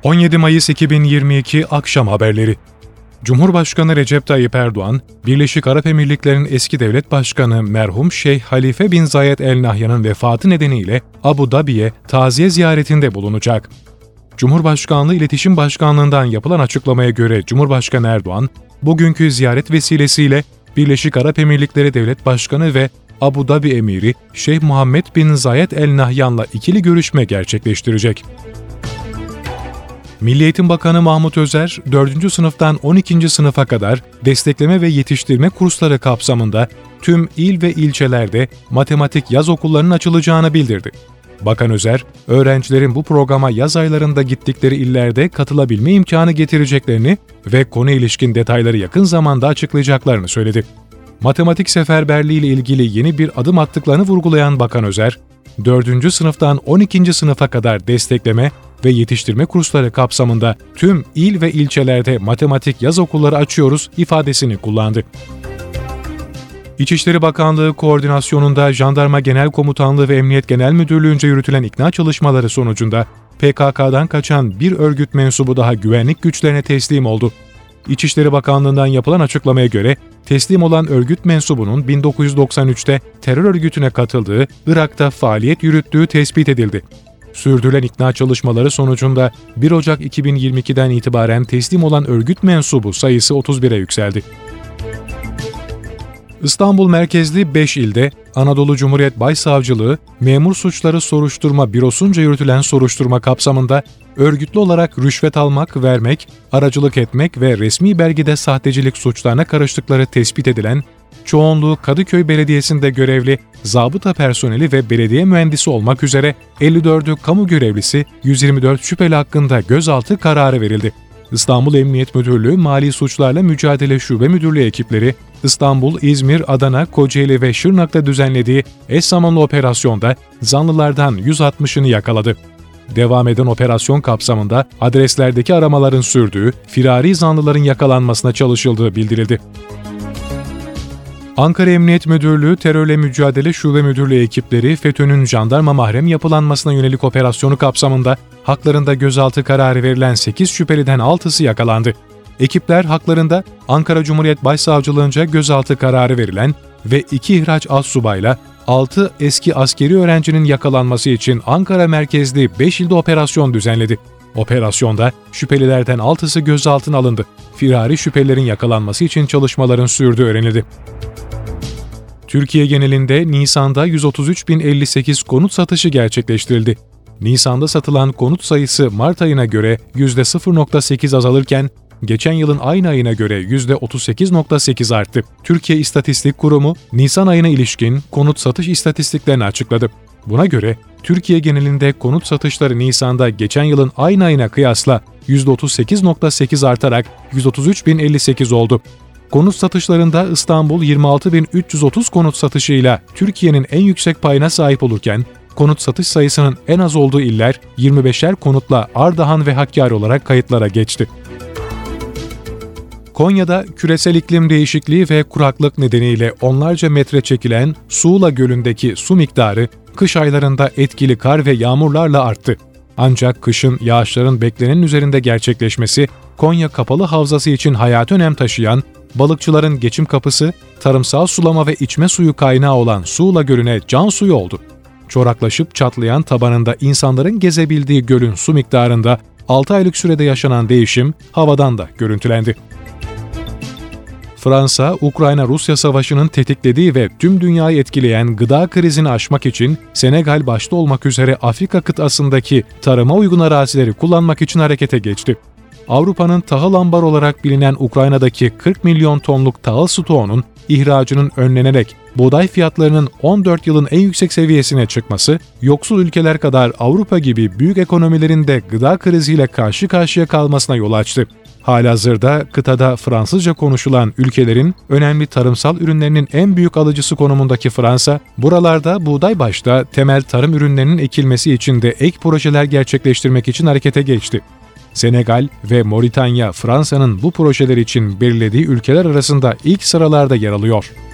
17 Mayıs 2022 Akşam Haberleri. Cumhurbaşkanı Recep Tayyip Erdoğan, Birleşik Arap Emirlikleri'nin eski devlet başkanı merhum Şeyh Halife bin Zayed El Nahyan'ın vefatı nedeniyle Abu Dhabi'ye taziye ziyaretinde bulunacak. Cumhurbaşkanlığı İletişim Başkanlığı'ndan yapılan açıklamaya göre Cumhurbaşkanı Erdoğan, bugünkü ziyaret vesilesiyle Birleşik Arap Emirlikleri Devlet Başkanı ve Abu Dhabi Emiri Şeyh Muhammed bin Zayed El Nahyan'la ikili görüşme gerçekleştirecek. Milli Eğitim Bakanı Mahmut Özer, 4. sınıftan 12. sınıfa kadar destekleme ve yetiştirme kursları kapsamında tüm il ve ilçelerde matematik yaz okullarının açılacağını bildirdi. Bakan Özer, öğrencilerin bu programa yaz aylarında gittikleri illerde katılabilme imkanı getireceklerini ve konu ilişkin detayları yakın zamanda açıklayacaklarını söyledi. Matematik seferberliği ile ilgili yeni bir adım attıklarını vurgulayan Bakan Özer, 4. sınıftan 12. sınıfa kadar destekleme ve yetiştirme kursları kapsamında tüm il ve ilçelerde matematik yaz okulları açıyoruz ifadesini kullandı. İçişleri Bakanlığı koordinasyonunda Jandarma Genel Komutanlığı ve Emniyet Genel Müdürlüğü'nce yürütülen ikna çalışmaları sonucunda PKK'dan kaçan bir örgüt mensubu daha güvenlik güçlerine teslim oldu. İçişleri Bakanlığı'ndan yapılan açıklamaya göre teslim olan örgüt mensubunun 1993'te terör örgütüne katıldığı, Irak'ta faaliyet yürüttüğü tespit edildi. Sürdürülen ikna çalışmaları sonucunda 1 Ocak 2022'den itibaren teslim olan örgüt mensubu sayısı 31'e yükseldi. İstanbul merkezli 5 ilde Anadolu Cumhuriyet Başsavcılığı, Memur Suçları Soruşturma Bürosu'nca yürütülen soruşturma kapsamında örgütlü olarak rüşvet almak, vermek, aracılık etmek ve resmi belgede sahtecilik suçlarına karıştıkları tespit edilen, çoğunluğu Kadıköy Belediyesi'nde görevli zabıta personeli ve belediye mühendisi olmak üzere 54'ü kamu görevlisi, 124 şüpheli hakkında gözaltı kararı verildi. İstanbul Emniyet Müdürlüğü Mali Suçlarla Mücadele Şube Müdürlüğü ekipleri, İstanbul, İzmir, Adana, Kocaeli ve Şırnak'ta düzenlediği eş zamanlı operasyonda zanlılardan 160'ını yakaladı. Devam eden operasyon kapsamında adreslerdeki aramaların sürdüğü, firari zanlıların yakalanmasına çalışıldığı bildirildi. Ankara Emniyet Müdürlüğü Terörle Mücadele Şube Müdürlüğü ekipleri FETÖ'nün jandarma mahrem yapılanmasına yönelik operasyonu kapsamında haklarında gözaltı kararı verilen 8 şüpheliden 6'sı yakalandı. Ekipler haklarında Ankara Cumhuriyet Başsavcılığınca gözaltı kararı verilen ve 2 ihraç astsubayla 6 eski askeri öğrencinin yakalanması için Ankara merkezli 5 ilde operasyon düzenledi. Operasyonda şüphelilerden 6'sı gözaltına alındı. Firari şüphelilerin yakalanması için çalışmaların sürdüğü öğrenildi. Türkiye genelinde Nisan'da 133.058 konut satışı gerçekleştirildi. Nisan'da satılan konut sayısı Mart ayına göre %0.8 azalırken, geçen yılın aynı ayına göre %38.8 arttı. Türkiye İstatistik Kurumu, Nisan ayına ilişkin konut satış istatistiklerini açıkladı. Buna göre, Türkiye genelinde konut satışları Nisan'da geçen yılın aynı ayına kıyasla %38.8 artarak 133.058 oldu. Konut satışlarında İstanbul 26.330 konut satışıyla Türkiye'nin en yüksek payına sahip olurken, konut satış sayısının en az olduğu iller 25'er konutla Ardahan ve Hakkari olarak kayıtlara geçti. Konya'da küresel iklim değişikliği ve kuraklık nedeniyle onlarca metre çekilen Suğla Gölü'ndeki su miktarı kış aylarında etkili kar ve yağmurlarla arttı. Ancak kışın yağışların beklenenin üzerinde gerçekleşmesi, Konya Kapalı Havzası için hayati önem taşıyan, balıkçıların geçim kapısı, tarımsal sulama ve içme suyu kaynağı olan Suğla Gölü'ne can suyu oldu. Çoraklaşıp çatlayan tabanında insanların gezebildiği gölün su miktarında 6 aylık sürede yaşanan değişim havadan da görüntülendi. Fransa, Ukrayna-Rusya savaşının tetiklediği ve tüm dünyayı etkileyen gıda krizini aşmak için Senegal başta olmak üzere Afrika kıtasındaki tarıma uygun arazileri kullanmak için harekete geçti. Avrupa'nın tahıl ambarı olarak bilinen Ukrayna'daki 40 milyon tonluk tahıl stoğunun ihracının önlenerek buğday fiyatlarının 14 yılın en yüksek seviyesine çıkması, yoksul ülkeler kadar Avrupa gibi büyük ekonomilerin de gıda kriziyle karşı karşıya kalmasına yol açtı. Halihazırda kıtada Fransızca konuşulan ülkelerin önemli tarımsal ürünlerinin en büyük alıcısı konumundaki Fransa, buralarda buğday başta temel tarım ürünlerinin ekilmesi için de ek projeler gerçekleştirmek için harekete geçti. Senegal ve Moritanya, Fransa'nın bu projeler için belirlediği ülkeler arasında ilk sıralarda yer alıyor.